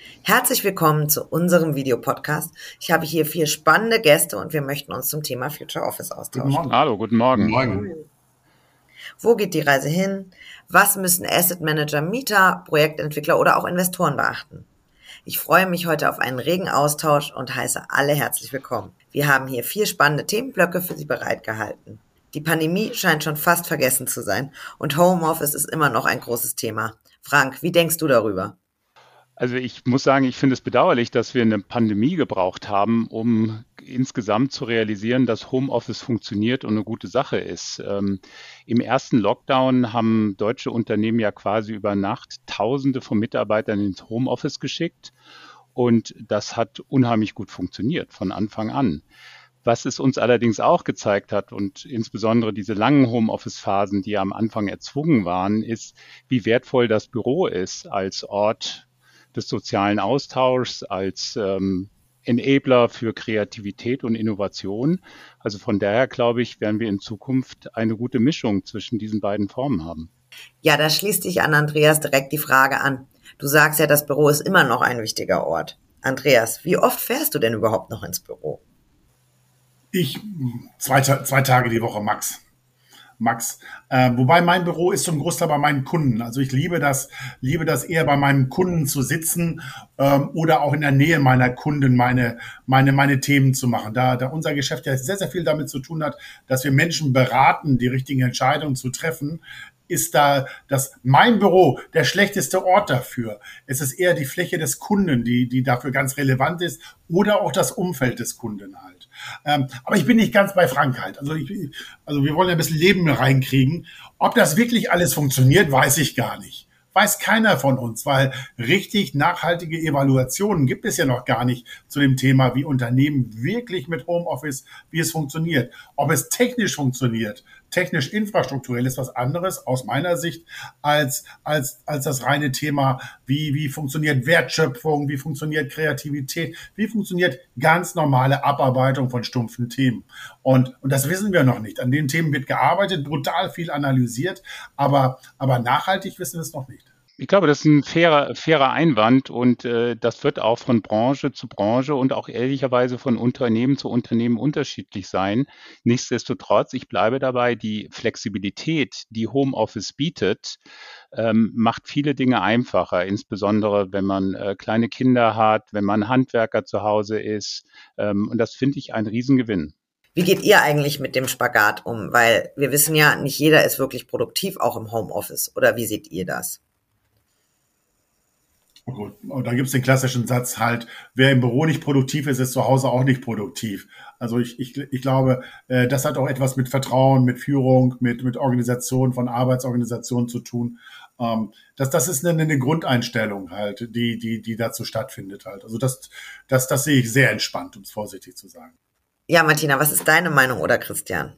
Herzlich willkommen zu unserem Videopodcast. Ich habe hier 4 spannende Gäste und wir möchten uns zum Thema Future Office austauschen. Guten Morgen. Hallo, guten Morgen. Guten Morgen. Wo geht die Reise hin? Was müssen Asset Manager, Mieter, Projektentwickler oder auch Investoren beachten? Ich freue mich heute auf einen regen Austausch und heiße alle herzlich willkommen. Wir haben hier 4 spannende Themenblöcke für Sie bereitgehalten. Die Pandemie scheint schon fast vergessen zu sein und Homeoffice ist immer noch ein großes Thema. Frank, wie denkst du darüber? Also ich muss sagen, ich finde es bedauerlich, dass wir eine Pandemie gebraucht haben, um insgesamt zu realisieren, dass Homeoffice funktioniert und eine gute Sache ist. Im ersten Lockdown haben deutsche Unternehmen ja quasi über Nacht Tausende von Mitarbeitern ins Homeoffice geschickt und das hat unheimlich gut funktioniert von Anfang an. Was es uns allerdings auch gezeigt hat und insbesondere diese langen Homeoffice-Phasen, die am Anfang erzwungen waren, ist, wie wertvoll das Büro ist als Ort des sozialen Austauschs, als Enabler für Kreativität und Innovation. Also von daher, glaube ich, werden wir in Zukunft eine gute Mischung zwischen diesen beiden Formen haben. Ja, da schließt sich an Andreas direkt die Frage an. Du sagst ja, das Büro ist immer noch ein wichtiger Ort. Andreas, wie oft fährst du denn überhaupt noch ins Büro? Ich 2 Tage die Woche Max. Wobei mein Büro ist zum Großteil bei meinen Kunden. Also ich liebe das eher bei meinen Kunden zu sitzen oder auch in der Nähe meiner Kunden meine Themen zu machen. Da unser Geschäft ja sehr, sehr viel damit zu tun hat, dass wir Menschen beraten, die richtigen Entscheidungen zu treffen, ist da mein Büro der schlechteste Ort dafür. Es ist eher die Fläche des Kunden, die dafür ganz relevant ist oder auch das Umfeld des Kunden halt. Aber ich bin nicht ganz bei Frank halt. Also wir wollen ja ein bisschen Leben reinkriegen. Ob das wirklich alles funktioniert, weiß ich gar nicht. Weiß keiner von uns, weil richtig nachhaltige Evaluationen gibt es ja noch gar nicht zu dem Thema, wie Unternehmen wirklich mit Homeoffice, wie es funktioniert. Ob es technisch funktioniert, technisch infrastrukturell ist was anderes aus meiner Sicht als das reine Thema, wie funktioniert Wertschöpfung, wie funktioniert Kreativität, wie funktioniert ganz normale Abarbeitung von stumpfen Themen. Und das wissen wir noch nicht. An den Themen wird gearbeitet, brutal viel analysiert, aber nachhaltig wissen wir es noch nicht. Ich glaube, das ist ein fairer Einwand und das wird auch von Branche zu Branche und auch ehrlicherweise von Unternehmen zu Unternehmen unterschiedlich sein. Nichtsdestotrotz, ich bleibe dabei, die Flexibilität, die Homeoffice bietet, macht viele Dinge einfacher, insbesondere wenn man kleine Kinder hat, wenn man Handwerker zu Hause ist. Und das finde ich ein Riesengewinn. Wie geht ihr eigentlich mit dem Spagat um? Weil wir wissen ja, nicht jeder ist wirklich produktiv, auch im Homeoffice. Oder wie seht ihr das? Gut, und da gibt es den klassischen Satz halt, wer im Büro nicht produktiv ist, ist zu Hause auch nicht produktiv. Also ich glaube, das hat auch etwas mit Vertrauen, mit Führung, mit Organisation von Arbeitsorganisationen zu tun. Das ist eine Grundeinstellung halt, die dazu stattfindet halt. Also das sehe ich sehr entspannt, um es vorsichtig zu sagen. Ja, Martina, was ist deine Meinung oder Christian?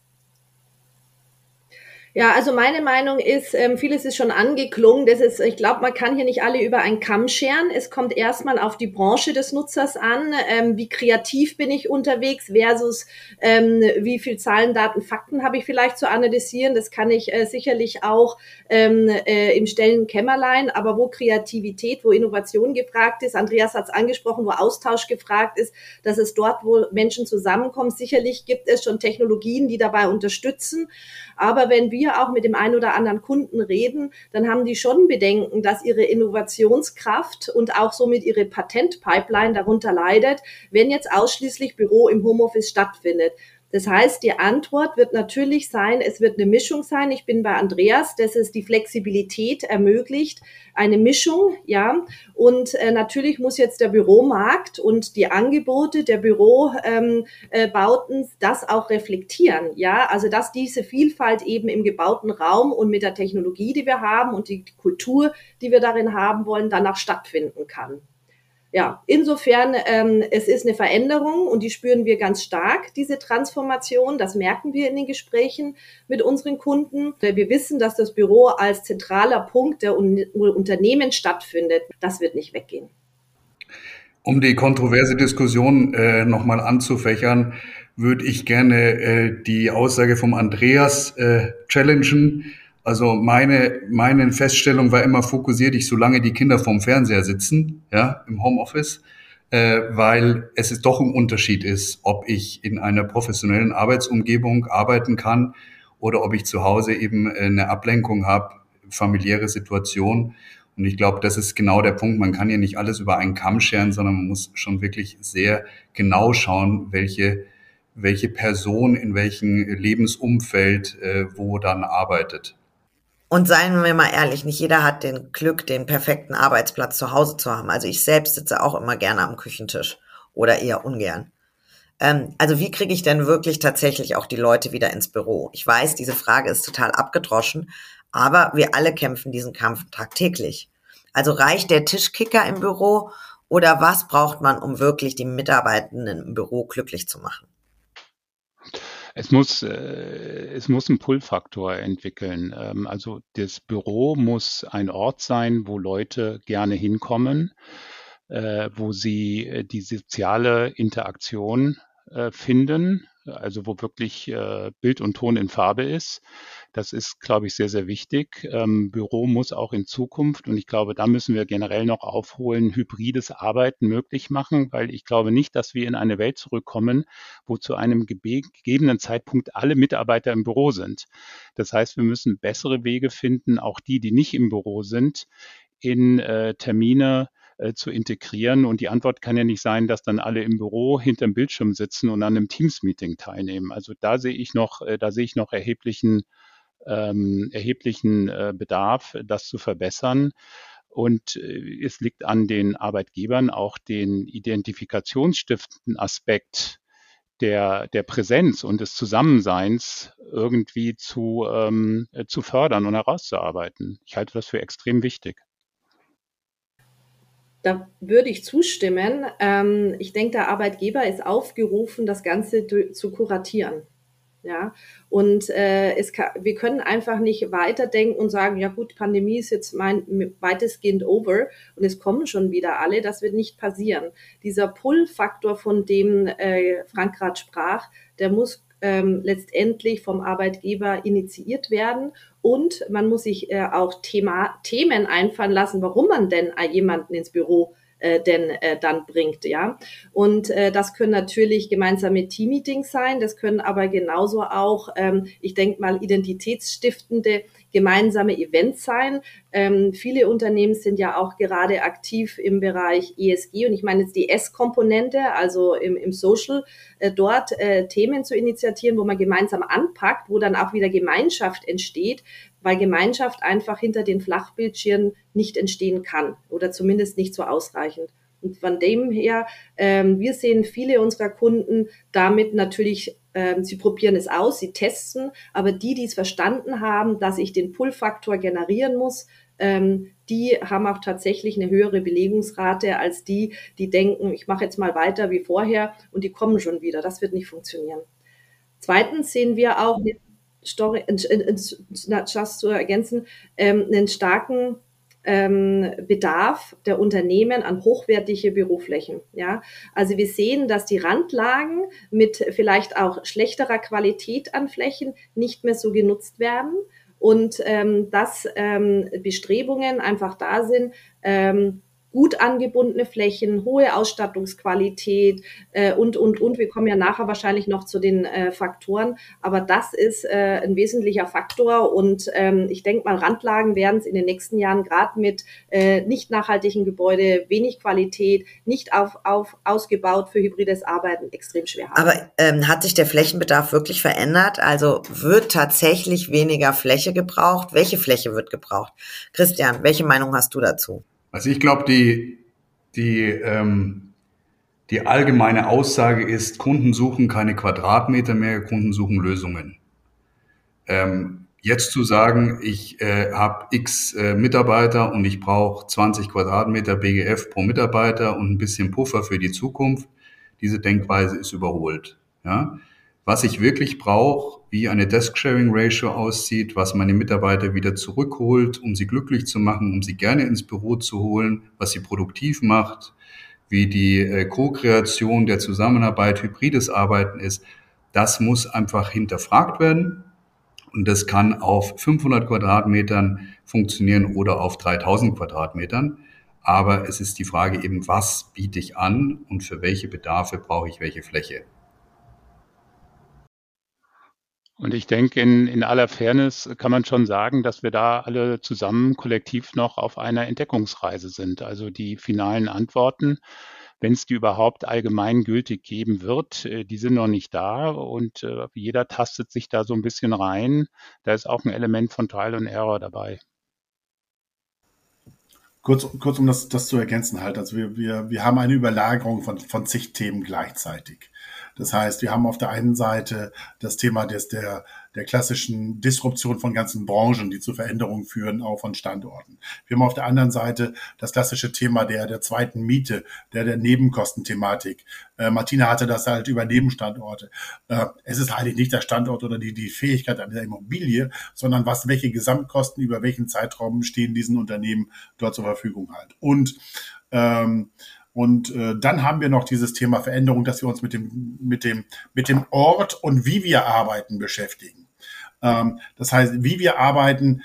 Ja, also meine Meinung ist, vieles ist schon angeklungen. Ich glaube, man kann hier nicht alle über einen Kamm scheren. Es kommt erstmal auf die Branche des Nutzers an. Wie kreativ bin ich unterwegs versus wie viel Zahlen, Daten, Fakten habe ich vielleicht zu analysieren. Das kann ich sicherlich auch im stillen Kämmerlein. Aber wo Kreativität, wo Innovation gefragt ist, Andreas hat es angesprochen, wo Austausch gefragt ist, dass es dort, wo Menschen zusammenkommen, sicherlich gibt es schon Technologien, die dabei unterstützen. Aber wenn wir auch mit dem einen oder anderen Kunden reden, dann haben die schon Bedenken, dass ihre Innovationskraft und auch somit ihre Patentpipeline darunter leidet, wenn jetzt ausschließlich Büro im Homeoffice stattfindet. Das heißt, die Antwort wird natürlich sein, es wird eine Mischung sein. Ich bin bei Andreas, dass es die Flexibilität ermöglicht, eine Mischung, ja. Und natürlich muss jetzt der Büromarkt und die Angebote der Bürobauten das auch reflektieren, ja. Also dass diese Vielfalt eben im gebauten Raum und mit der Technologie, die wir haben und die Kultur, die wir darin haben wollen, danach stattfinden kann. Ja, insofern, es ist eine Veränderung und die spüren wir ganz stark, diese Transformation. Das merken wir in den Gesprächen mit unseren Kunden. Wir wissen, dass das Büro als zentraler Punkt der Unternehmen stattfindet. Das wird nicht weggehen. Um die kontroverse Diskussion nochmal anzufächern, würde ich gerne die Aussage vom Andreas challengen. Also meine Feststellung war immer, fokussier dich, solange die Kinder vorm Fernseher sitzen, ja, im Homeoffice, weil es doch ein Unterschied ist, ob ich in einer professionellen Arbeitsumgebung arbeiten kann oder ob ich zu Hause eben eine Ablenkung habe, familiäre Situation. Und ich glaube, das ist genau der Punkt. Man kann ja nicht alles über einen Kamm scheren, sondern man muss schon wirklich sehr genau schauen, welche Person in welchem Lebensumfeld wo dann arbeitet. Und seien wir mal ehrlich, nicht jeder hat den Glück, den perfekten Arbeitsplatz zu Hause zu haben. Also ich selbst sitze auch immer gerne am Küchentisch oder eher ungern. Also wie kriege ich denn wirklich tatsächlich auch die Leute wieder ins Büro? Ich weiß, diese Frage ist total abgedroschen, aber wir alle kämpfen diesen Kampf tagtäglich. Also reicht der Tischkicker im Büro oder was braucht man, um wirklich die Mitarbeitenden im Büro glücklich zu machen? Es muss einen Pull-Faktor entwickeln. Also das Büro muss ein Ort sein, wo Leute gerne hinkommen, wo sie die soziale Interaktion finden, also wo wirklich Bild und Ton in Farbe ist. Das ist, glaube ich, sehr, sehr wichtig. Büro muss auch in Zukunft, und ich glaube, da müssen wir generell noch aufholen, hybrides Arbeiten möglich machen, weil ich glaube nicht, dass wir in eine Welt zurückkommen, wo zu einem gegebenen Zeitpunkt alle Mitarbeiter im Büro sind. Das heißt, wir müssen bessere Wege finden, auch die nicht im Büro sind, in Termine zu integrieren. Und die Antwort kann ja nicht sein, dass dann alle im Büro hinterm Bildschirm sitzen und an einem Teams-Meeting teilnehmen. Also da sehe ich noch erheblichen Bedarf, das zu verbessern. Und es liegt an den Arbeitgebern auch den identifikationsstiftenden Aspekt der Präsenz und des Zusammenseins irgendwie zu fördern und herauszuarbeiten. Ich halte das für extrem wichtig. Da würde ich zustimmen. Ich denke, der Arbeitgeber ist aufgerufen, das Ganze zu kuratieren. Ja, und wir können einfach nicht weiterdenken und sagen, ja gut, Pandemie ist jetzt weitestgehend over und es kommen schon wieder alle. Das wird nicht passieren. Dieser Pull-Faktor, von dem Frank gerade sprach, der muss letztendlich vom Arbeitgeber initiiert werden und man muss sich auch Themen einfallen lassen, warum man denn jemanden ins Büro dann bringt, ja. Und das können natürlich gemeinsame Teammeetings sein, das können aber genauso auch, ich denke mal, identitätsstiftende gemeinsame Events sein. Viele Unternehmen sind ja auch gerade aktiv im Bereich ESG und ich meine jetzt die S-Komponente, also im Social, dort Themen zu initiieren, wo man gemeinsam anpackt, wo dann auch wieder Gemeinschaft entsteht, weil Gemeinschaft einfach hinter den Flachbildschirmen nicht entstehen kann oder zumindest nicht so ausreichend. Und von dem her, wir sehen viele unserer Kunden damit natürlich, sie probieren es aus, sie testen, aber die es verstanden haben, dass ich den Pull-Faktor generieren muss, die haben auch tatsächlich eine höhere Belegungsrate als die denken, ich mache jetzt mal weiter wie vorher und die kommen schon wieder. Das wird nicht funktionieren. Zweitens sehen wir auch just zu ergänzen, einen starken Bedarf der Unternehmen an hochwertige Büroflächen. Ja, also wir sehen, dass die Randlagen mit vielleicht auch schlechterer Qualität an Flächen nicht mehr so genutzt werden und dass Bestrebungen einfach da sind, gut angebundene Flächen, hohe Ausstattungsqualität und. Wir kommen ja nachher wahrscheinlich noch zu den Faktoren, aber das ist ein wesentlicher Faktor und ich denke mal, Randlagen werden es in den nächsten Jahren gerade mit nicht nachhaltigen Gebäude, wenig Qualität, nicht ausgebaut für hybrides Arbeiten extrem schwer haben. Aber hat sich der Flächenbedarf wirklich verändert? Also wird tatsächlich weniger Fläche gebraucht? Welche Fläche wird gebraucht? Christian, welche Meinung hast du dazu? Also ich glaube, die allgemeine Aussage ist, Kunden suchen keine Quadratmeter mehr, Kunden suchen Lösungen. Jetzt zu sagen, ich habe x Mitarbeiter und ich brauche 20 Quadratmeter BGF pro Mitarbeiter und ein bisschen Puffer für die Zukunft, diese Denkweise ist überholt. Ja? Was ich wirklich brauche, wie eine Desk-Sharing-Ratio aussieht, was meine Mitarbeiter wieder zurückholt, um sie glücklich zu machen, um sie gerne ins Büro zu holen, was sie produktiv macht, wie die Co-Kreation der Zusammenarbeit, hybrides Arbeiten ist, das muss einfach hinterfragt werden. Und das kann auf 500 Quadratmetern funktionieren oder auf 3000 Quadratmetern. Aber es ist die Frage eben, was biete ich an und für welche Bedarfe brauche ich welche Fläche? Und ich denke, in aller Fairness kann man schon sagen, dass wir da alle zusammen kollektiv noch auf einer Entdeckungsreise sind. Also die finalen Antworten, wenn es die überhaupt allgemeingültig geben wird, die sind noch nicht da und jeder tastet sich da so ein bisschen rein. Da ist auch ein Element von Trial and Error dabei. Kurz um das zu ergänzen halt. Also wir haben eine Überlagerung von zig Themen gleichzeitig. Das heißt, wir haben auf der einen Seite das Thema der klassischen Disruption von ganzen Branchen, die zu Veränderungen führen, auch von Standorten. Wir haben auf der anderen Seite das klassische Thema der zweiten Miete, der Nebenkostenthematik. Martina hatte das halt über Nebenstandorte. Es ist eigentlich nicht der Standort oder die Fähigkeit einer Immobilie, sondern welche Gesamtkosten über welchen Zeitraum stehen diesen Unternehmen dort zur Verfügung halt. Und dann haben wir noch dieses Thema Veränderung, dass wir uns mit dem Ort und wie wir arbeiten beschäftigen. Das heißt, wie wir arbeiten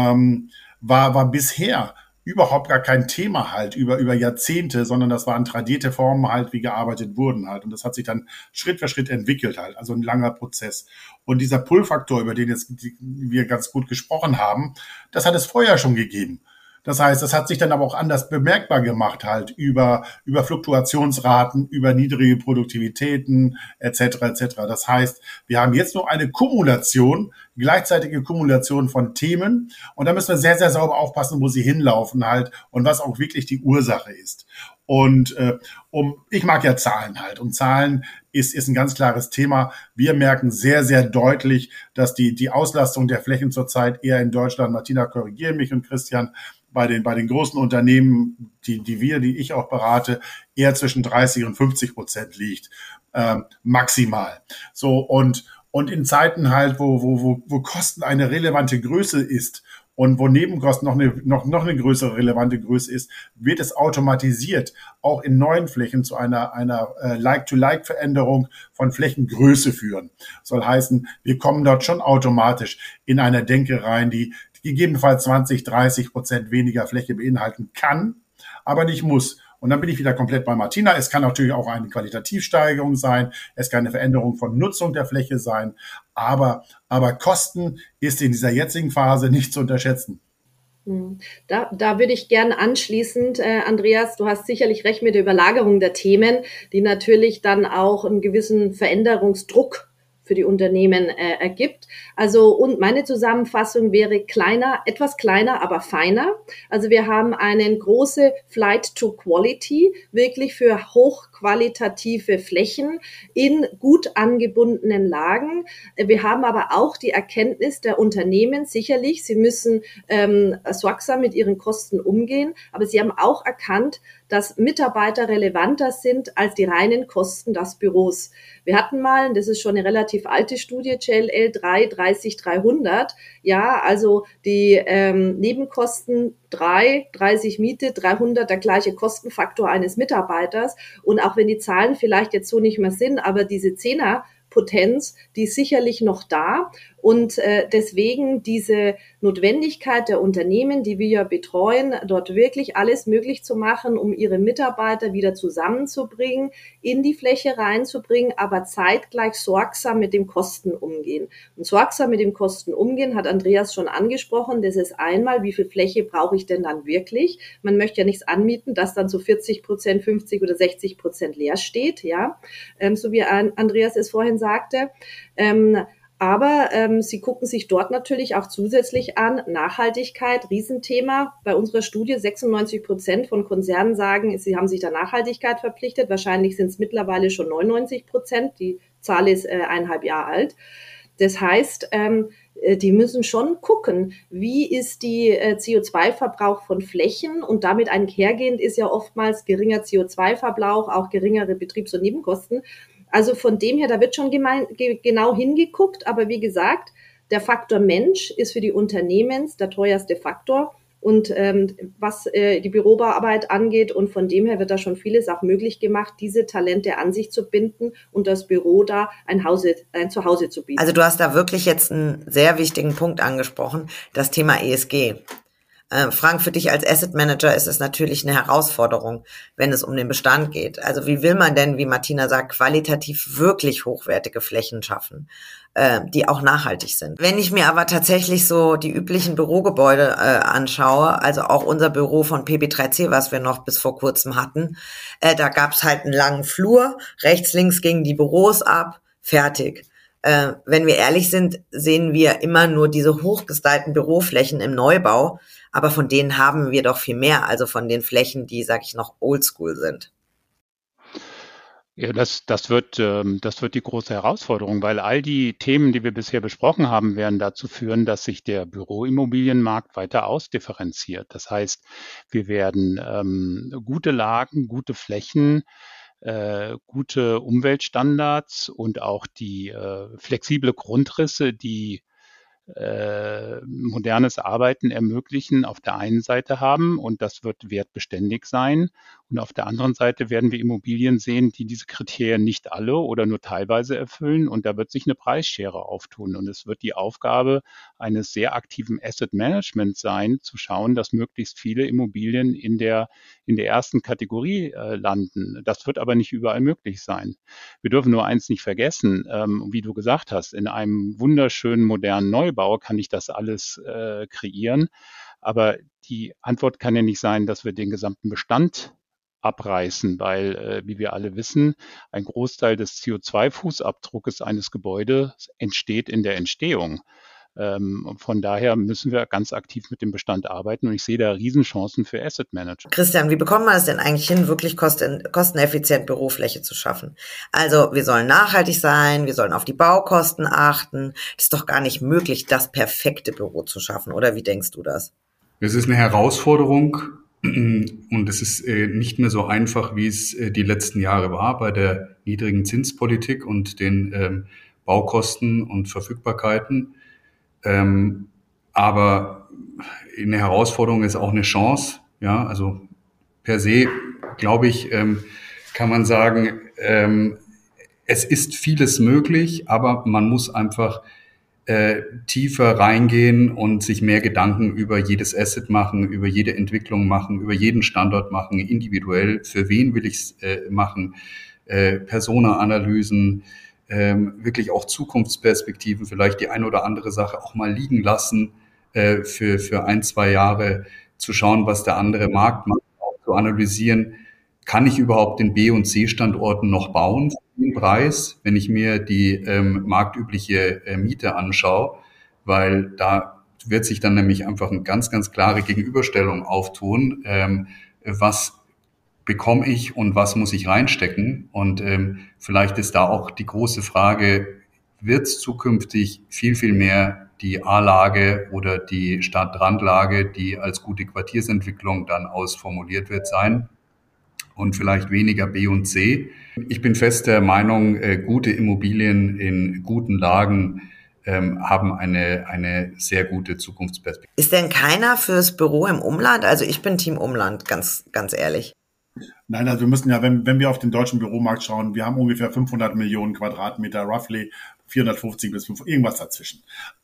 war bisher überhaupt gar kein Thema halt über Jahrzehnte, sondern das waren tradierte Formen halt, wie gearbeitet wurden halt. Und das hat sich dann Schritt für Schritt entwickelt halt, also ein langer Prozess. Und dieser Pull-Faktor, über den jetzt wir ganz gut gesprochen haben, das hat es vorher schon gegeben. Das heißt, das hat sich dann aber auch anders bemerkbar gemacht halt über Fluktuationsraten, über niedrige Produktivitäten etc. etc. Das heißt, wir haben jetzt noch eine gleichzeitige Kumulation von Themen und da müssen wir sehr, sehr sauber aufpassen, wo sie hinlaufen halt und was auch wirklich die Ursache ist. Und ich mag ja Zahlen halt und Zahlen ist ein ganz klares Thema. Wir merken sehr, sehr deutlich, dass die Auslastung der Flächen zurzeit eher in Deutschland, Martina, korrigiere mich und Christian, bei den großen Unternehmen, die ich auch berate, eher zwischen 30% und 50% liegt, maximal. So und in Zeiten halt, wo Kosten eine relevante Größe ist und wo Nebenkosten noch eine größere relevante Größe ist, wird es automatisiert auch in neuen Flächen zu einer Like-to-Like-Veränderung von Flächengröße führen. Soll heißen, wir kommen dort schon automatisch in einer Denke rein, die gegebenenfalls 20-30% weniger Fläche beinhalten kann, aber nicht muss. Und dann bin ich wieder komplett bei Martina. Es kann natürlich auch eine Qualitativsteigerung sein. Es kann eine Veränderung von Nutzung der Fläche sein. Aber Kosten ist in dieser jetzigen Phase nicht zu unterschätzen. Da würde ich gern anschließend, Andreas, du hast sicherlich recht mit der Überlagerung der Themen, die natürlich dann auch einen gewissen Veränderungsdruck für die Unternehmen ergibt. Also und meine Zusammenfassung wäre etwas kleiner, aber feiner. Also wir haben eine große Flight to Quality, wirklich für hochqualitative Flächen in gut angebundenen Lagen. Wir haben aber auch die Erkenntnis der Unternehmen, sicherlich, sie müssen sorgsam mit ihren Kosten umgehen, aber sie haben auch erkannt, dass Mitarbeiter relevanter sind als die reinen Kosten des Büros. Wir hatten mal, das ist schon eine relativ alte Studie, JLL 3,30,300, ja, also die Nebenkosten 30 Miete, 300 der gleiche Kostenfaktor eines Mitarbeiters. Und auch wenn die Zahlen vielleicht jetzt so nicht mehr sind, aber diese Zehnerpotenz, die ist sicherlich noch da. Und deswegen diese Notwendigkeit der Unternehmen, die wir ja betreuen, dort wirklich alles möglich zu machen, um ihre Mitarbeiter wieder zusammenzubringen, in die Fläche reinzubringen, aber zeitgleich sorgsam mit dem Kosten umgehen. Und sorgsam mit dem Kosten umgehen, hat Andreas schon angesprochen, das ist einmal, wie viel Fläche brauche ich denn dann wirklich? Man möchte ja nichts anmieten, das dann zu 40%, 50 oder 60% leer steht, ja, so wie Andreas es vorhin sagte. Aber sie gucken sich dort natürlich auch zusätzlich an, Nachhaltigkeit, Riesenthema. Bei unserer Studie 96% von Konzernen sagen, sie haben sich der Nachhaltigkeit verpflichtet. Wahrscheinlich sind es mittlerweile schon 99%. Die Zahl ist 1,5 Jahre alt. Das heißt, die müssen schon gucken, wie ist die CO2-Verbrauch von Flächen und damit einhergehend ist ja oftmals geringer CO2-Verbrauch, auch geringere Betriebs- und Nebenkosten. Also von dem her, da wird schon genau hingeguckt, aber wie gesagt, der Faktor Mensch ist für die Unternehmen der teuerste Faktor und was die Büroarbeit angeht. Und von dem her wird da schon vieles auch möglich gemacht, diese Talente an sich zu binden und das Büro da ein Zuhause zu bieten. Also du hast da wirklich jetzt einen sehr wichtigen Punkt angesprochen, das Thema ESG. Frank, für dich als Asset Manager ist es natürlich eine Herausforderung, wenn es um den Bestand geht. Also wie will man denn, wie Martina sagt, qualitativ wirklich hochwertige Flächen schaffen, die auch nachhaltig sind? Wenn ich mir aber tatsächlich so die üblichen Bürogebäude anschaue, also auch unser Büro von PB3C, was wir noch bis vor kurzem hatten, da gab es halt einen langen Flur, rechts, links gingen die Büros ab, fertig. Wenn wir ehrlich sind, sehen wir immer nur diese hochgestylten Büroflächen im Neubau, aber von denen haben wir doch viel mehr, also von den Flächen, die, sag ich noch, oldschool sind. Ja, das wird die große Herausforderung, weil all die Themen, die wir bisher besprochen haben, werden dazu führen, dass sich der Büroimmobilienmarkt weiter ausdifferenziert. Das heißt, wir werden gute Lagen, gute Flächen, gute Umweltstandards und auch die flexible Grundrisse, die modernes Arbeiten ermöglichen, auf der einen Seite haben, und das wird wertbeständig sein. Und auf der anderen Seite werden wir Immobilien sehen, die diese Kriterien nicht alle oder nur teilweise erfüllen, und da wird sich eine Preisschere auftun. Und es wird die Aufgabe eines sehr aktiven Asset Management sein, zu schauen, dass möglichst viele Immobilien in der ersten Kategorie landen. Das wird aber nicht überall möglich sein. Wir dürfen nur eins nicht vergessen, wie du gesagt hast, in einem wunderschönen modernen Neubau kann ich das alles kreieren. Aber die Antwort kann ja nicht sein, dass wir den gesamten Bestand abreißen, weil, wie wir alle wissen, ein Großteil des CO2-Fußabdruckes eines Gebäudes entsteht in der Entstehung. Und von daher müssen wir ganz aktiv mit dem Bestand arbeiten, und ich sehe da Riesenchancen für Asset Manager. Christian, wie bekommt man es denn eigentlich hin, wirklich kosteneffizient Bürofläche zu schaffen? Also wir sollen nachhaltig sein, wir sollen auf die Baukosten achten. Es ist doch gar nicht möglich, das perfekte Büro zu schaffen, oder wie denkst du das? Es ist eine Herausforderung, und es ist nicht mehr so einfach, wie es die letzten Jahre war bei der niedrigen Zinspolitik und den Baukosten und Verfügbarkeiten. Aber eine Herausforderung ist auch eine Chance. Ja, also per se, glaube ich, kann man sagen, es ist vieles möglich, aber man muss einfach tiefer reingehen und sich mehr Gedanken über jedes Asset machen, über jede Entwicklung machen, über jeden Standort machen, individuell. Für wen will ich es machen? Persona-Analysen, wirklich auch Zukunftsperspektiven, vielleicht die eine oder andere Sache auch mal liegen lassen, für 1-2 Jahre zu schauen, was der andere Markt macht, auch zu analysieren, kann ich überhaupt den B- und C-Standorten noch bauen für den Preis, wenn ich mir die marktübliche Miete anschaue, weil da wird sich dann nämlich einfach eine ganz, ganz klare Gegenüberstellung auftun, was bekomme ich und was muss ich reinstecken. Und vielleicht ist da auch die große Frage, wird es zukünftig viel, viel mehr die A-Lage oder die Stadtrandlage, die als gute Quartiersentwicklung dann ausformuliert wird, sein und vielleicht weniger B und C. Ich bin fest der Meinung, gute Immobilien in guten Lagen haben eine sehr gute Zukunftsperspektive. Ist denn keiner fürs Büro im Umland? Also ich bin Team Umland, ganz, ganz ehrlich. Nein, also wir müssen ja, wenn wir auf den deutschen Büromarkt schauen, wir haben ungefähr 500 Millionen Quadratmeter, roughly 450 bis 500, irgendwas dazwischen.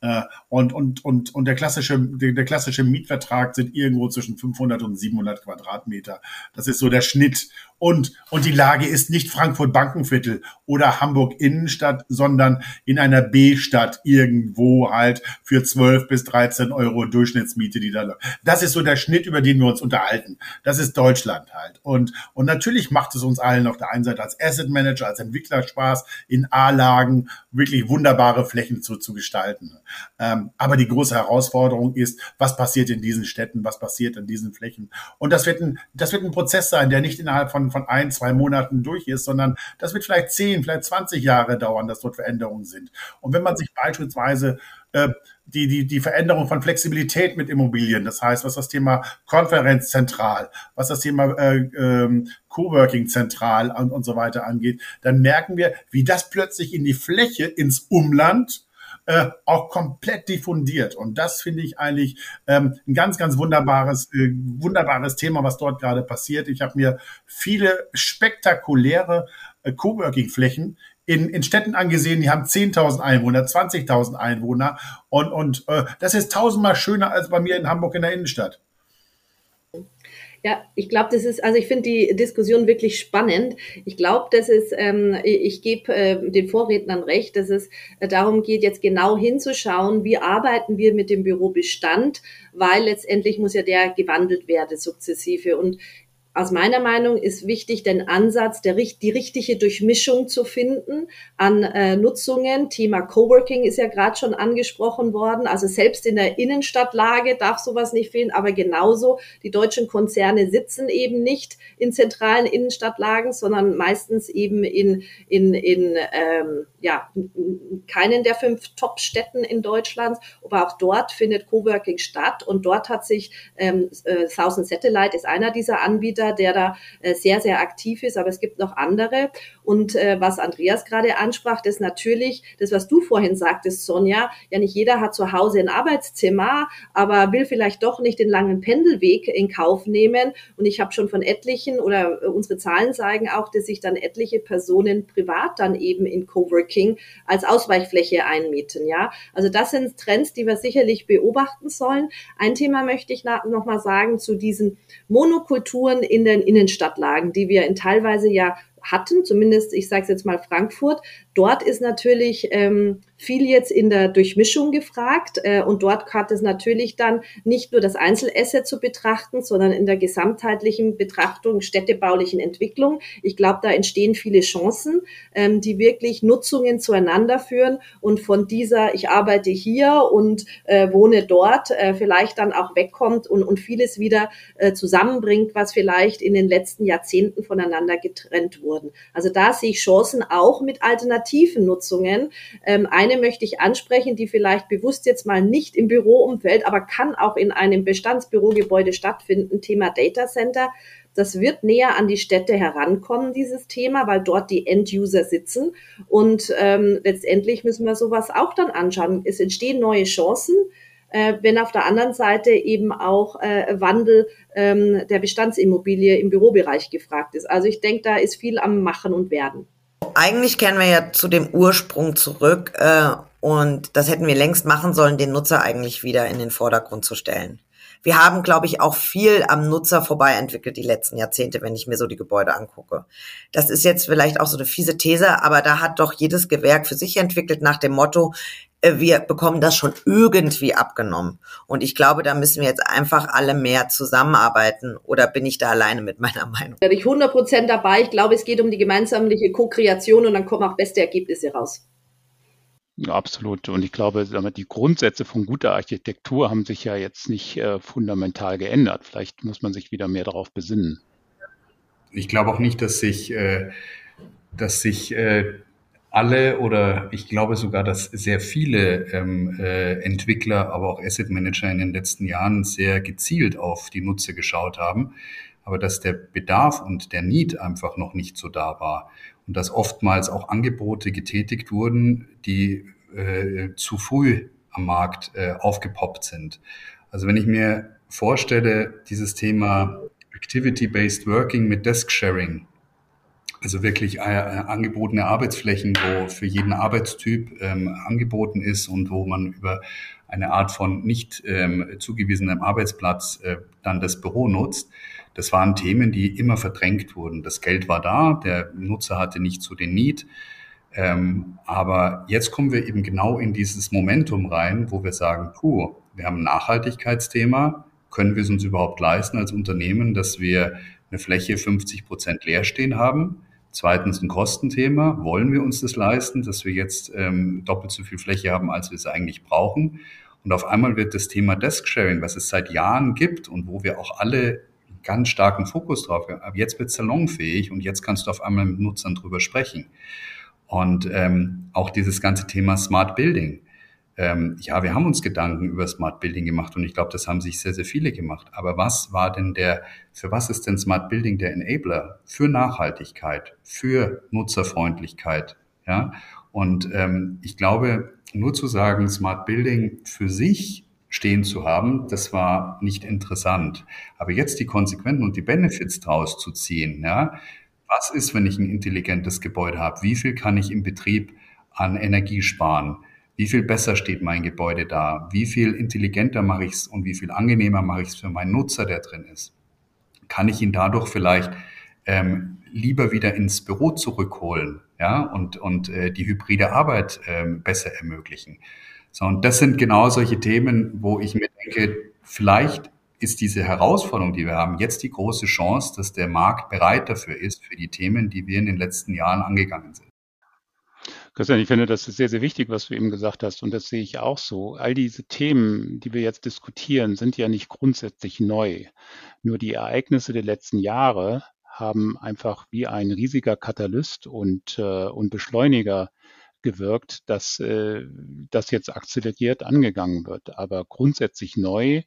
Und der klassische Mietvertrag sind irgendwo zwischen 500 und 700 Quadratmeter. Das ist so der Schnitt. Und die Lage ist nicht Frankfurt-Bankenviertel oder Hamburg-Innenstadt, sondern in einer B-Stadt irgendwo halt für 12 bis 13 Euro Durchschnittsmiete, die da läuft. Das ist so der Schnitt, über den wir uns unterhalten. Das ist Deutschland halt. Und natürlich macht es uns allen auf der einen Seite als Asset Manager, als Entwickler Spaß, in A-Lagen wirklich wunderbare Flächen zu gestalten. Aber die große Herausforderung ist, was passiert in diesen Städten, was passiert in diesen Flächen. Und das wird ein Prozess sein, der nicht innerhalb von 1-2 Monaten durch ist, sondern das wird vielleicht 10, vielleicht 20 Jahre dauern, dass dort Veränderungen sind. Und wenn man sich beispielsweise die Veränderung von Flexibilität mit Immobilien, das heißt, was das Thema Konferenz zentral, was das Thema Coworking zentral und so weiter angeht, dann merken wir, wie das plötzlich in die Fläche, ins Umland auch komplett diffundiert. Und das finde ich eigentlich ein ganz, ganz wunderbares Thema, was dort gerade passiert. Ich habe mir viele spektakuläre Coworking-Flächen in Städten angesehen, die haben 10.000 Einwohner, 20.000 Einwohner und das ist tausendmal schöner als bei mir in Hamburg in der Innenstadt. Ja, ich glaube, also ich finde die Diskussion wirklich spannend. Ich glaube, ich gebe den Vorrednern recht, dass es darum geht, jetzt genau hinzuschauen, wie arbeiten wir mit dem Bürobestand, weil letztendlich muss ja der gewandelt werden sukzessive. Und aus meiner Meinung ist wichtig, den Ansatz, die richtige Durchmischung zu finden an Nutzungen. Thema Coworking ist ja gerade schon angesprochen worden. Also selbst in der Innenstadtlage darf sowas nicht fehlen, aber genauso, die deutschen Konzerne sitzen eben nicht in zentralen Innenstadtlagen, sondern meistens eben in keinen der 5 Top-Städten in Deutschland. Aber auch dort findet Coworking statt und dort hat sich Thousand Satellite ist einer dieser Anbieter, der da sehr, sehr aktiv ist, aber es gibt noch andere. Und was Andreas gerade ansprach, das natürlich, das, was du vorhin sagtest, Sonja, ja nicht jeder hat zu Hause ein Arbeitszimmer, aber will vielleicht doch nicht den langen Pendelweg in Kauf nehmen. Und ich habe schon von etlichen oder unsere Zahlen zeigen auch, dass sich dann etliche Personen privat dann eben in Coworking als Ausweichfläche einmieten. Ja, also das sind Trends, die wir sicherlich beobachten sollen. Ein Thema möchte ich noch mal sagen zu diesen Monokulturen in den Innenstadtlagen, die wir in teilweise ja hatten, zumindest, ich sage es jetzt mal Frankfurt. Dort ist natürlich viel jetzt in der Durchmischung gefragt und dort hat es natürlich dann nicht nur das Einzelasset zu betrachten, sondern in der gesamtheitlichen Betrachtung städtebaulichen Entwicklung. Ich glaube, da entstehen viele Chancen, die wirklich Nutzungen zueinander führen und von dieser, ich arbeite hier und wohne dort, vielleicht dann auch wegkommt und vieles wieder zusammenbringt, was vielleicht in den letzten Jahrzehnten voneinander getrennt wurden. Also da sehe ich Chancen auch mit alternativen Nutzungen. Eine möchte ich ansprechen, die vielleicht bewusst jetzt mal nicht im Büroumfeld, aber kann auch in einem Bestandsbürogebäude stattfinden, Thema Data Center. Das wird näher an die Städte herankommen, dieses Thema, weil dort die End-User sitzen. Und letztendlich müssen wir sowas auch dann anschauen. Es entstehen neue Chancen, wenn auf der anderen Seite eben auch Wandel der Bestandsimmobilie im Bürobereich gefragt ist. Also ich denke, da ist viel am Machen und Werden. Eigentlich kehren wir ja zu dem Ursprung zurück und das hätten wir längst machen sollen, den Nutzer eigentlich wieder in den Vordergrund zu stellen. Wir haben, glaube ich, auch viel am Nutzer vorbei entwickelt die letzten Jahrzehnte, wenn ich mir so die Gebäude angucke. Das ist jetzt vielleicht auch so eine fiese These, aber da hat doch jedes Gewerk für sich entwickelt nach dem Motto, wir bekommen das schon irgendwie abgenommen. Und ich glaube, da müssen wir jetzt einfach alle mehr zusammenarbeiten. Oder bin ich da alleine mit meiner Meinung? Da bin ich 100% dabei. Ich glaube, es geht um die gemeinsame Co-Kreation und dann kommen auch beste Ergebnisse raus. Ja, absolut. Und ich glaube, die Grundsätze von guter Architektur haben sich ja jetzt nicht fundamental geändert. Vielleicht muss man sich wieder mehr darauf besinnen. Ich glaube auch nicht, dass sich alle oder ich glaube sogar, dass sehr viele Entwickler, aber auch Asset Manager in den letzten Jahren sehr gezielt auf die Nutzer geschaut haben, aber dass der Bedarf und der Need einfach noch nicht so da war und dass oftmals auch Angebote getätigt wurden, die zu früh am Markt aufgepoppt sind. Also wenn ich mir vorstelle, dieses Thema Activity-Based Working mit Desk-Sharing, also wirklich angebotene Arbeitsflächen, wo für jeden Arbeitstyp angeboten ist und wo man über eine Art von nicht zugewiesenem Arbeitsplatz dann das Büro nutzt. Das waren Themen, die immer verdrängt wurden. Das Geld war da, der Nutzer hatte nicht so den Need. Aber jetzt kommen wir eben genau in dieses Momentum rein, wo wir sagen, wir haben ein Nachhaltigkeitsthema. Können wir es uns überhaupt leisten als Unternehmen, dass wir eine Fläche 50% leer stehen haben? Zweitens ein Kostenthema. Wollen wir uns das leisten, dass wir jetzt doppelt so viel Fläche haben, als wir es eigentlich brauchen? Und auf einmal wird das Thema Desk-Sharing, was es seit Jahren gibt und wo wir auch alle ganz starken Fokus drauf haben, aber jetzt wird es salonfähig und jetzt kannst du auf einmal mit Nutzern drüber sprechen. Und auch dieses ganze Thema Smart Building. Wir haben uns Gedanken über Smart Building gemacht und ich glaube, das haben sich sehr, sehr viele gemacht. Aber für was ist denn Smart Building der Enabler? Für Nachhaltigkeit, für Nutzerfreundlichkeit, ja? Und ich glaube, nur zu sagen, Smart Building für sich stehen zu haben, das war nicht interessant. Aber jetzt die Konsequenzen und die Benefits draus zu ziehen, ja, was ist, wenn ich ein intelligentes Gebäude habe? Wie viel kann ich im Betrieb an Energie sparen? Wie viel besser steht mein Gebäude da? Wie viel intelligenter mache ich es und wie viel angenehmer mache ich es für meinen Nutzer, der drin ist? Kann ich ihn dadurch vielleicht lieber wieder ins Büro zurückholen, ja, und die hybride Arbeit besser ermöglichen? So, und das sind genau solche Themen, wo ich mir denke, vielleicht ist diese Herausforderung, die wir haben, jetzt die große Chance, dass der Markt bereit dafür ist, für die Themen, die wir in den letzten Jahren angegangen sind. Christian, ich finde, das ist sehr, sehr wichtig, was du eben gesagt hast, und das sehe ich auch so. All diese Themen, die wir jetzt diskutieren, sind ja nicht grundsätzlich neu. Nur die Ereignisse der letzten Jahre haben einfach wie ein riesiger Katalyst und Beschleuniger gewirkt, dass das jetzt akzeleriert angegangen wird. Aber grundsätzlich neu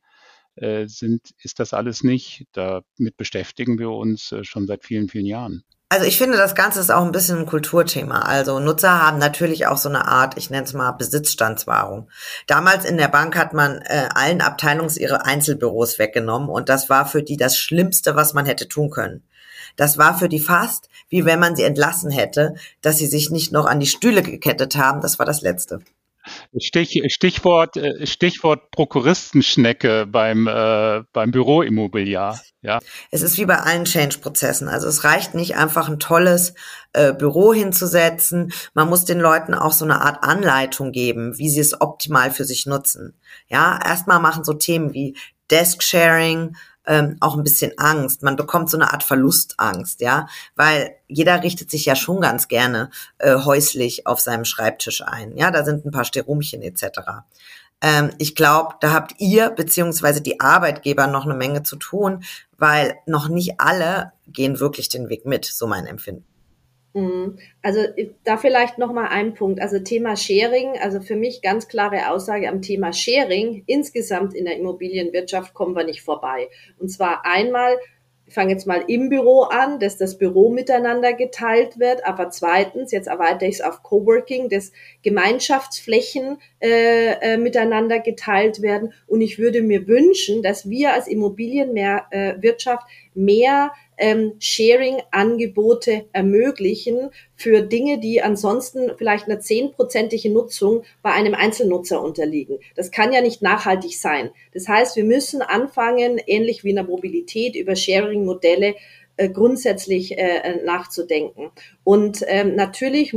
ist das alles nicht. Damit beschäftigen wir uns schon seit vielen, vielen Jahren. Also ich finde, das Ganze ist auch ein bisschen ein Kulturthema. Also Nutzer haben natürlich auch so eine Art, ich nenne es mal Besitzstandswahrung. Damals in der Bank hat man allen Abteilungs ihre Einzelbüros weggenommen und das war für die das Schlimmste, was man hätte tun können. Das war für die fast, wie wenn man sie entlassen hätte, dass sie sich nicht noch an die Stühle gekettet haben. Das war das Letzte. Stichwort Prokuristenschnecke beim Büroimmobiliar. Ja. Es ist wie bei allen Change-Prozessen. Also es reicht nicht einfach ein tolles Büro hinzusetzen. Man muss den Leuten auch so eine Art Anleitung geben, wie sie es optimal für sich nutzen. Ja, erstmal machen so Themen wie Desk-Sharing auch ein bisschen Angst. Man bekommt so eine Art Verlustangst, ja, weil jeder richtet sich ja schon ganz gerne häuslich auf seinem Schreibtisch ein. Ja, da sind ein paar Sterumchen etc. Ich glaube, da habt ihr beziehungsweise die Arbeitgeber noch eine Menge zu tun, weil noch nicht alle gehen wirklich den Weg mit, so mein Empfinden. Also da vielleicht noch mal ein Punkt, also Thema Sharing, also für mich ganz klare Aussage am Thema Sharing, insgesamt in der Immobilienwirtschaft kommen wir nicht vorbei. Und zwar einmal, ich fange jetzt mal im Büro an, dass das Büro miteinander geteilt wird, aber zweitens, jetzt erweitere ich es auf Coworking, dass Gemeinschaftsflächen miteinander geteilt werden. Und ich würde mir wünschen, dass wir als Immobilienwirtschaft mehr Sharing-Angebote ermöglichen für Dinge, die ansonsten vielleicht einer 10%ige Nutzung bei einem Einzelnutzer unterliegen. Das kann ja nicht nachhaltig sein. Das heißt, wir müssen anfangen, ähnlich wie in der Mobilität, über Sharing-Modelle grundsätzlich nachzudenken. Und natürlich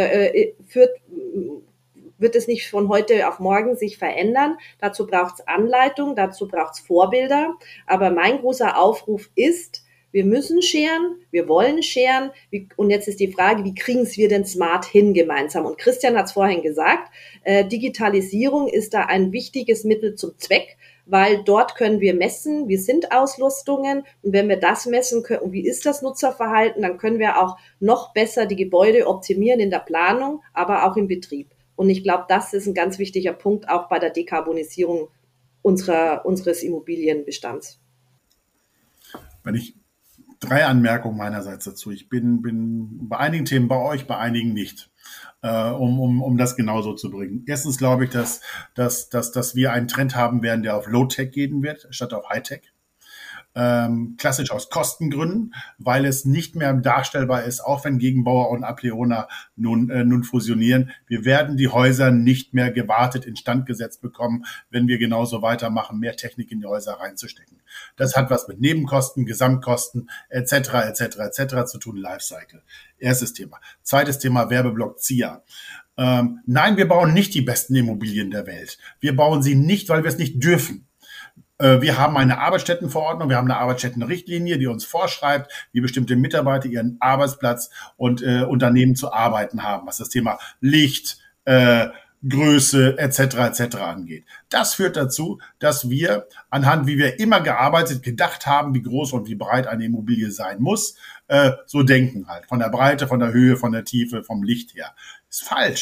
wird es nicht von heute auf morgen sich verändern. Dazu braucht es Anleitung, dazu braucht es Vorbilder. Aber mein großer Aufruf ist, wir müssen scheren, wir wollen scheren. Und jetzt ist die Frage, wie kriegen wir denn smart hin gemeinsam? Und Christian hat es vorhin gesagt, Digitalisierung ist da ein wichtiges Mittel zum Zweck, weil dort können wir messen, wie sind Auslastungen. Und wenn wir das messen können, und wie ist das Nutzerverhalten, dann können wir auch noch besser die Gebäude optimieren in der Planung, aber auch im Betrieb. Und ich glaube, das ist ein ganz wichtiger Punkt auch bei der Dekarbonisierung unseres Immobilienbestands. Wenn ich 3 Anmerkungen meinerseits dazu. Ich bin bei einigen Themen bei euch, bei einigen nicht, um das genauso zu bringen. Erstens glaube ich, dass wir einen Trend haben werden, der auf Low-Tech gehen wird, statt auf High-Tech. Klassisch aus Kostengründen, weil es nicht mehr darstellbar ist, auch wenn Gegenbauer und Apleona nun fusionieren. Wir werden die Häuser nicht mehr gewartet instand gesetzt bekommen, wenn wir genauso weitermachen, mehr Technik in die Häuser reinzustecken. Das hat was mit Nebenkosten, Gesamtkosten etc. zu tun, Lifecycle. Erstes Thema. Zweites Thema, Werbeblock ZIA. Nein, wir bauen nicht die besten Immobilien der Welt. Wir bauen sie nicht, weil wir es nicht dürfen. Wir haben eine Arbeitsstättenverordnung, wir haben eine Arbeitsstättenrichtlinie, die uns vorschreibt, wie bestimmte Mitarbeiter ihren Arbeitsplatz und Unternehmen zu arbeiten haben, was das Thema Licht, Größe etc. angeht. Das führt dazu, dass wir anhand, wie wir immer gedacht haben, wie groß und wie breit eine Immobilie sein muss, so denken halt. Von der Breite, von der Höhe, von der Tiefe, vom Licht her. Ist falsch.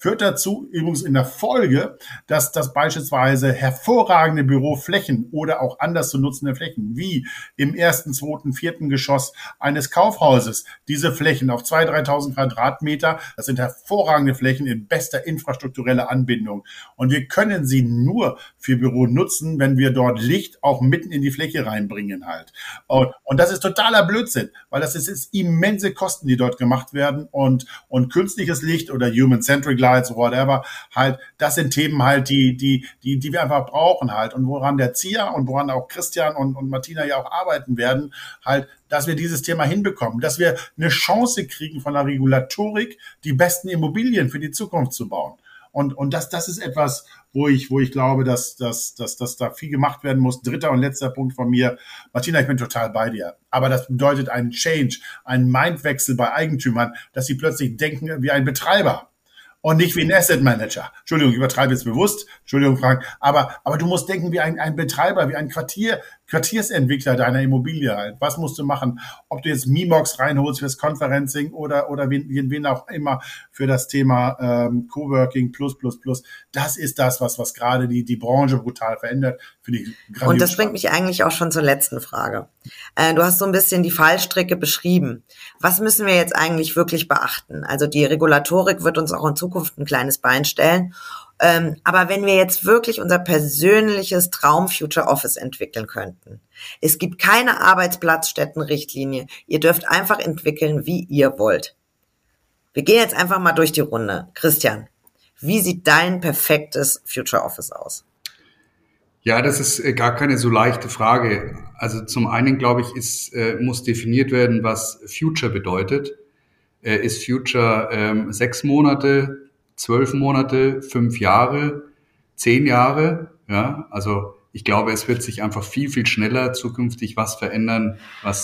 führt dazu übrigens in der Folge, dass das beispielsweise hervorragende Büroflächen oder auch anders zu nutzende Flächen, wie im ersten, zweiten, vierten Geschoss eines Kaufhauses, diese Flächen auf 2.000, 3.000 Quadratmeter, das sind hervorragende Flächen in bester infrastruktureller Anbindung. Und wir können sie nur für Büro nutzen, wenn wir dort Licht auch mitten in die Fläche reinbringen halt. Und das ist totaler Blödsinn, weil das ist immense Kosten, die dort gemacht werden und künstliches Licht oder Human-Centric Lights, whatever, halt, das sind Themen halt, die wir einfach brauchen halt und woran der Zia und woran auch Christian und Martina ja auch arbeiten werden, halt, dass wir dieses Thema hinbekommen, dass wir eine Chance kriegen von der Regulatorik, die besten Immobilien für die Zukunft zu bauen. Und das ist etwas, wo ich glaube, dass da viel gemacht werden muss. Dritter und letzter Punkt von mir. Martina, ich bin total bei dir. Aber das bedeutet einen Change, einen Mindwechsel bei Eigentümern, dass sie plötzlich denken wie ein Betreiber und nicht wie ein Asset Manager. Entschuldigung, ich übertreibe jetzt bewusst. Entschuldigung, Frank. Aber du musst denken wie ein Betreiber, wie ein Quartiersentwickler deiner Immobilie halt. Was musst du machen? Ob du jetzt Mimox reinholst fürs Conferencing oder wen auch immer für das Thema Coworking plus. Das ist das, was gerade die Branche brutal verändert. Finde ich grandios. Und das bringt mich eigentlich auch schon zur letzten Frage. Du hast so ein bisschen die Fallstricke beschrieben. Was müssen wir jetzt eigentlich wirklich beachten? Also die Regulatorik wird uns auch in Zukunft ein kleines Bein stellen. Aber wenn wir jetzt wirklich unser persönliches Traum-Future Office entwickeln könnten, es gibt keine Arbeitsplatzstättenrichtlinie, ihr dürft einfach entwickeln, wie ihr wollt. Wir gehen jetzt einfach mal durch die Runde. Christian, wie sieht dein perfektes Future Office aus? Ja, das ist gar keine so leichte Frage. Also zum einen, glaube ich, muss definiert werden, was Future bedeutet. Ist Future 6 Monate, 12 Monate, 5 Jahre, 10 Jahre? Ja, also ich glaube, es wird sich einfach viel, viel schneller zukünftig was verändern,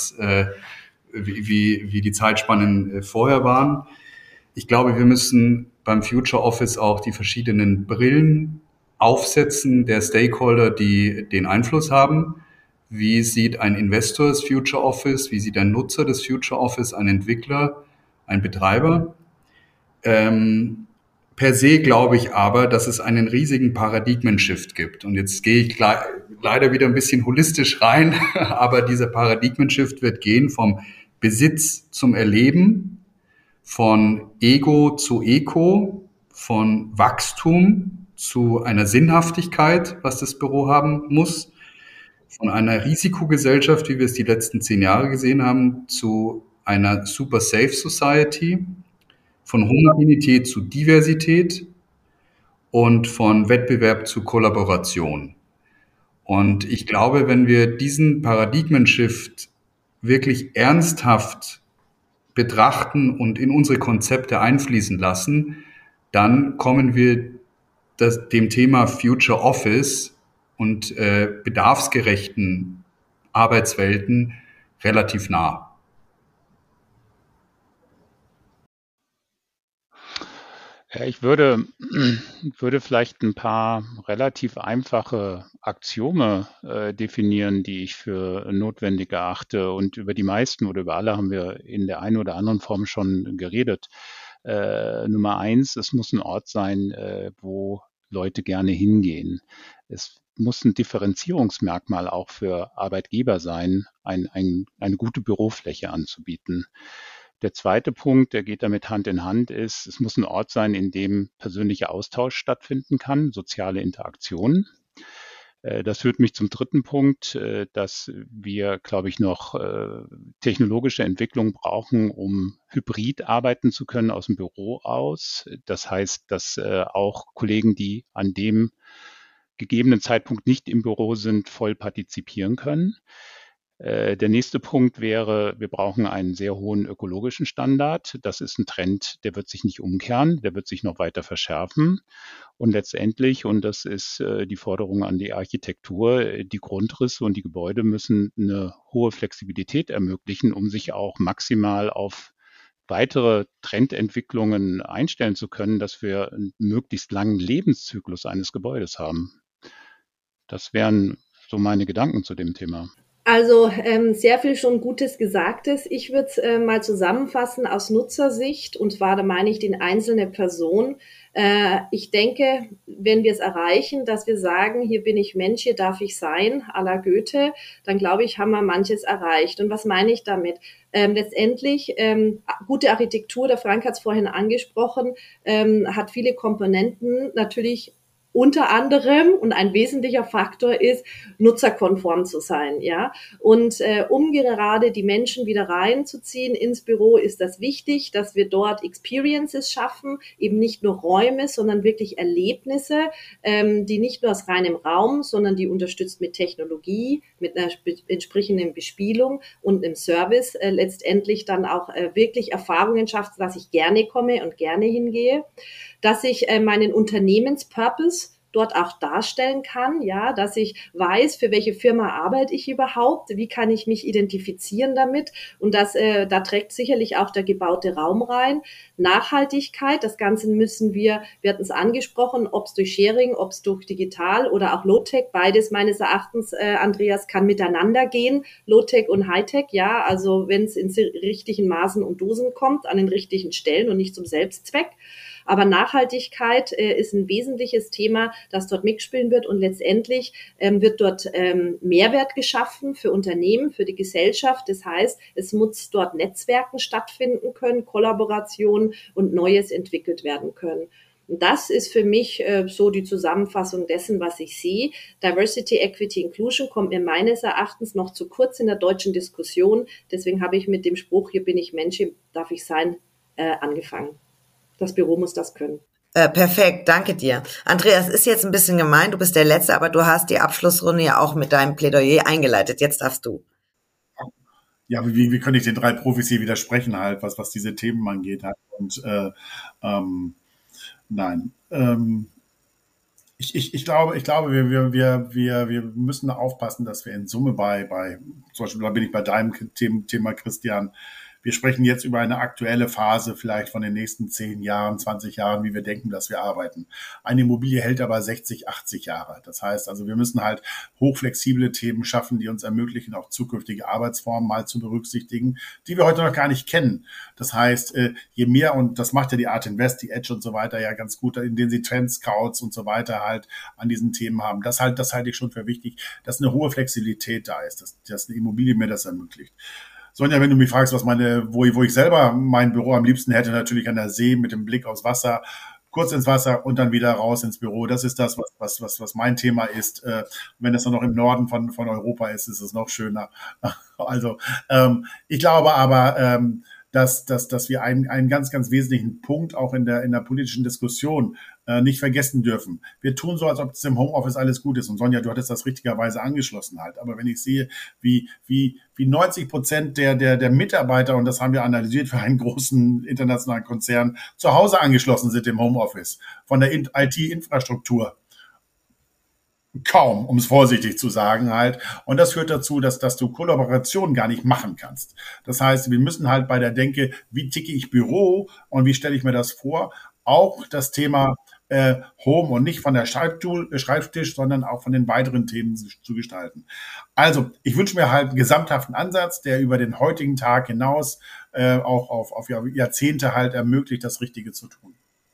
wie die Zeitspannen vorher waren. Ich glaube, wir müssen beim Future Office auch die verschiedenen Brillen aufsetzen der Stakeholder, die den Einfluss haben. Wie sieht ein Investor das Future Office? Wie sieht ein Nutzer des Future Office? Ein Entwickler? Ein Betreiber? Per se glaube ich aber, dass es einen riesigen Paradigmen-Shift gibt. Und jetzt gehe ich leider wieder ein bisschen holistisch rein, aber dieser Paradigmen-Shift wird gehen vom Besitz zum Erleben, von Ego zu Eco, von Wachstum zu einer Sinnhaftigkeit, was das Büro haben muss, von einer Risikogesellschaft, wie wir es die letzten 10 Jahre gesehen haben, zu einer Super Safe Society, von Homogenität zu Diversität und von Wettbewerb zu Kollaboration. Und ich glaube, wenn wir diesen Paradigmen-Shift wirklich ernsthaft betrachten und in unsere Konzepte einfließen lassen, dann kommen wir dem Thema Future Office und bedarfsgerechten Arbeitswelten relativ nah. Ja, ich würde vielleicht ein paar relativ einfache Axiome definieren, die ich für notwendig erachte. Und über die meisten oder über alle haben wir in der einen oder anderen Form schon geredet. Nummer 1, es muss ein Ort sein, wo Leute gerne hingehen. Es muss ein Differenzierungsmerkmal auch für Arbeitgeber sein, eine gute Bürofläche anzubieten. Der zweite Punkt, der geht damit Hand in Hand, ist, es muss ein Ort sein, in dem persönlicher Austausch stattfinden kann, soziale Interaktion. Das führt mich zum dritten Punkt, dass wir, glaube ich, noch technologische Entwicklung brauchen, um hybrid arbeiten zu können aus dem Büro aus. Das heißt, dass auch Kollegen, die an dem gegebenen Zeitpunkt nicht im Büro sind, voll partizipieren können. Der nächste Punkt wäre, wir brauchen einen sehr hohen ökologischen Standard. Das ist ein Trend, der wird sich nicht umkehren, der wird sich noch weiter verschärfen. Und letztendlich, und das ist die Forderung an die Architektur, die Grundrisse und die Gebäude müssen eine hohe Flexibilität ermöglichen, um sich auch maximal auf weitere Trendentwicklungen einstellen zu können, dass wir einen möglichst langen Lebenszyklus eines Gebäudes haben. Das wären so meine Gedanken zu dem Thema. Also sehr viel schon Gutes Gesagtes. Ich würde es mal zusammenfassen aus Nutzersicht, und zwar, da meine ich die einzelne Person. Ich denke, wenn wir es erreichen, dass wir sagen, hier bin ich Mensch, hier darf ich sein, à la Goethe, dann glaube ich, haben wir manches erreicht. Und was meine ich damit? Letztendlich, gute Architektur, der Frank hat es vorhin angesprochen, hat viele Komponenten, natürlich unter anderem, und ein wesentlicher Faktor ist, nutzerkonform zu sein, ja. Und um gerade die Menschen wieder reinzuziehen ins Büro, ist das wichtig, dass wir dort Experiences schaffen, eben nicht nur Räume, sondern wirklich Erlebnisse, die nicht nur aus reinem Raum, sondern die unterstützt mit Technologie, mit einer entsprechenden Bespielung und einem Service letztendlich dann auch wirklich Erfahrungen schafft, dass ich gerne komme und gerne hingehe, dass ich meinen Unternehmenspurpose dort auch darstellen kann, ja, dass ich weiß, für welche Firma arbeite ich überhaupt, wie kann ich mich identifizieren damit, und das, da trägt sicherlich auch der gebaute Raum rein. Nachhaltigkeit, das Ganze müssen wir hatten es angesprochen, ob es durch Sharing, ob es durch digital oder auch Low-Tech, beides meines Erachtens, Andreas, kann miteinander gehen, Low-Tech und High-Tech, ja, also wenn es in richtigen Maßen und Dosen kommt, an den richtigen Stellen und nicht zum Selbstzweck. Aber Nachhaltigkeit ist ein wesentliches Thema, das dort mitspielen wird, und letztendlich wird dort Mehrwert geschaffen für Unternehmen, für die Gesellschaft. Das heißt, es muss dort Netzwerken stattfinden können, Kollaboration und Neues entwickelt werden können. Und das ist für mich so die Zusammenfassung dessen, was ich sehe. Diversity, Equity, Inclusion kommt mir meines Erachtens noch zu kurz in der deutschen Diskussion. Deswegen habe ich mit dem Spruch, hier bin ich Mensch, hier darf ich sein, angefangen. Das Büro muss das können. Perfekt, danke dir. Andreas, ist jetzt ein bisschen gemein, du bist der Letzte, aber du hast die Abschlussrunde ja auch mit deinem Plädoyer eingeleitet. Jetzt darfst du. Ja, wie könnte ich den 3 Profis hier widersprechen halt, was diese Themen angeht halt. Und nein. Ich glaube, wir müssen aufpassen, dass wir in Summe bei zum Beispiel, da bin ich bei deinem Thema, Christian, wir sprechen jetzt über eine aktuelle Phase vielleicht von den nächsten 10 Jahren, 20 Jahren, wie wir denken, dass wir arbeiten. Eine Immobilie hält aber 60, 80 Jahre. Das heißt also, wir müssen halt hochflexible Themen schaffen, die uns ermöglichen, auch zukünftige Arbeitsformen mal zu berücksichtigen, die wir heute noch gar nicht kennen. Das heißt, je mehr, und das macht ja die Art Invest, die Edge und so weiter ja ganz gut, in denen sie Trendscouts und so weiter halt an diesen Themen haben. Das halte ich schon für wichtig, dass eine hohe Flexibilität da ist, dass eine Immobilie mir das ermöglicht. Sonja, wenn du mich fragst, wo ich selber mein Büro am liebsten hätte, natürlich an der See mit dem Blick aufs Wasser, kurz ins Wasser und dann wieder raus ins Büro. Das ist das, was mein Thema ist. Wenn das dann noch im Norden von Europa ist es noch schöner. Also ich glaube aber, dass wir einen ganz, ganz wesentlichen Punkt auch in der politischen Diskussion nicht vergessen dürfen. Wir tun so, als ob es im Homeoffice alles gut ist. Und Sonja, du hattest das richtigerweise angeschlossen halt. Aber wenn ich sehe, wie 90% der Mitarbeiter, und das haben wir analysiert für einen großen internationalen Konzern, zu Hause angeschlossen sind im Homeoffice, von der IT-Infrastruktur. Kaum, um es vorsichtig zu sagen halt. Und das führt dazu, dass du Kollaboration gar nicht machen kannst. Das heißt, wir müssen halt bei der Denke, wie ticke ich Büro und wie stelle ich mir das vor, auch das Thema Home und nicht von der Schreibtisch, sondern auch von den weiteren Themen zu gestalten. Also, ich wünsche mir halt einen gesamthaften Ansatz, der über den heutigen Tag hinaus auch auf Jahrzehnte halt ermöglicht, das Richtige zu tun.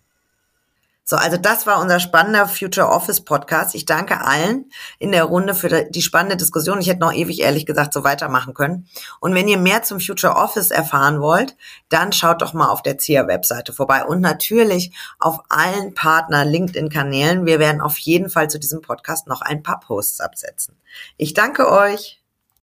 So, also das war unser spannender Future Office Podcast. Ich danke allen in der Runde für die spannende Diskussion. Ich hätte noch ewig, ehrlich gesagt, so weitermachen können. Und wenn ihr mehr zum Future Office erfahren wollt, dann schaut doch mal auf der ZIA-Webseite vorbei und natürlich auf allen Partner-LinkedIn-Kanälen. Wir werden auf jeden Fall zu diesem Podcast noch ein paar Posts absetzen. Ich danke euch.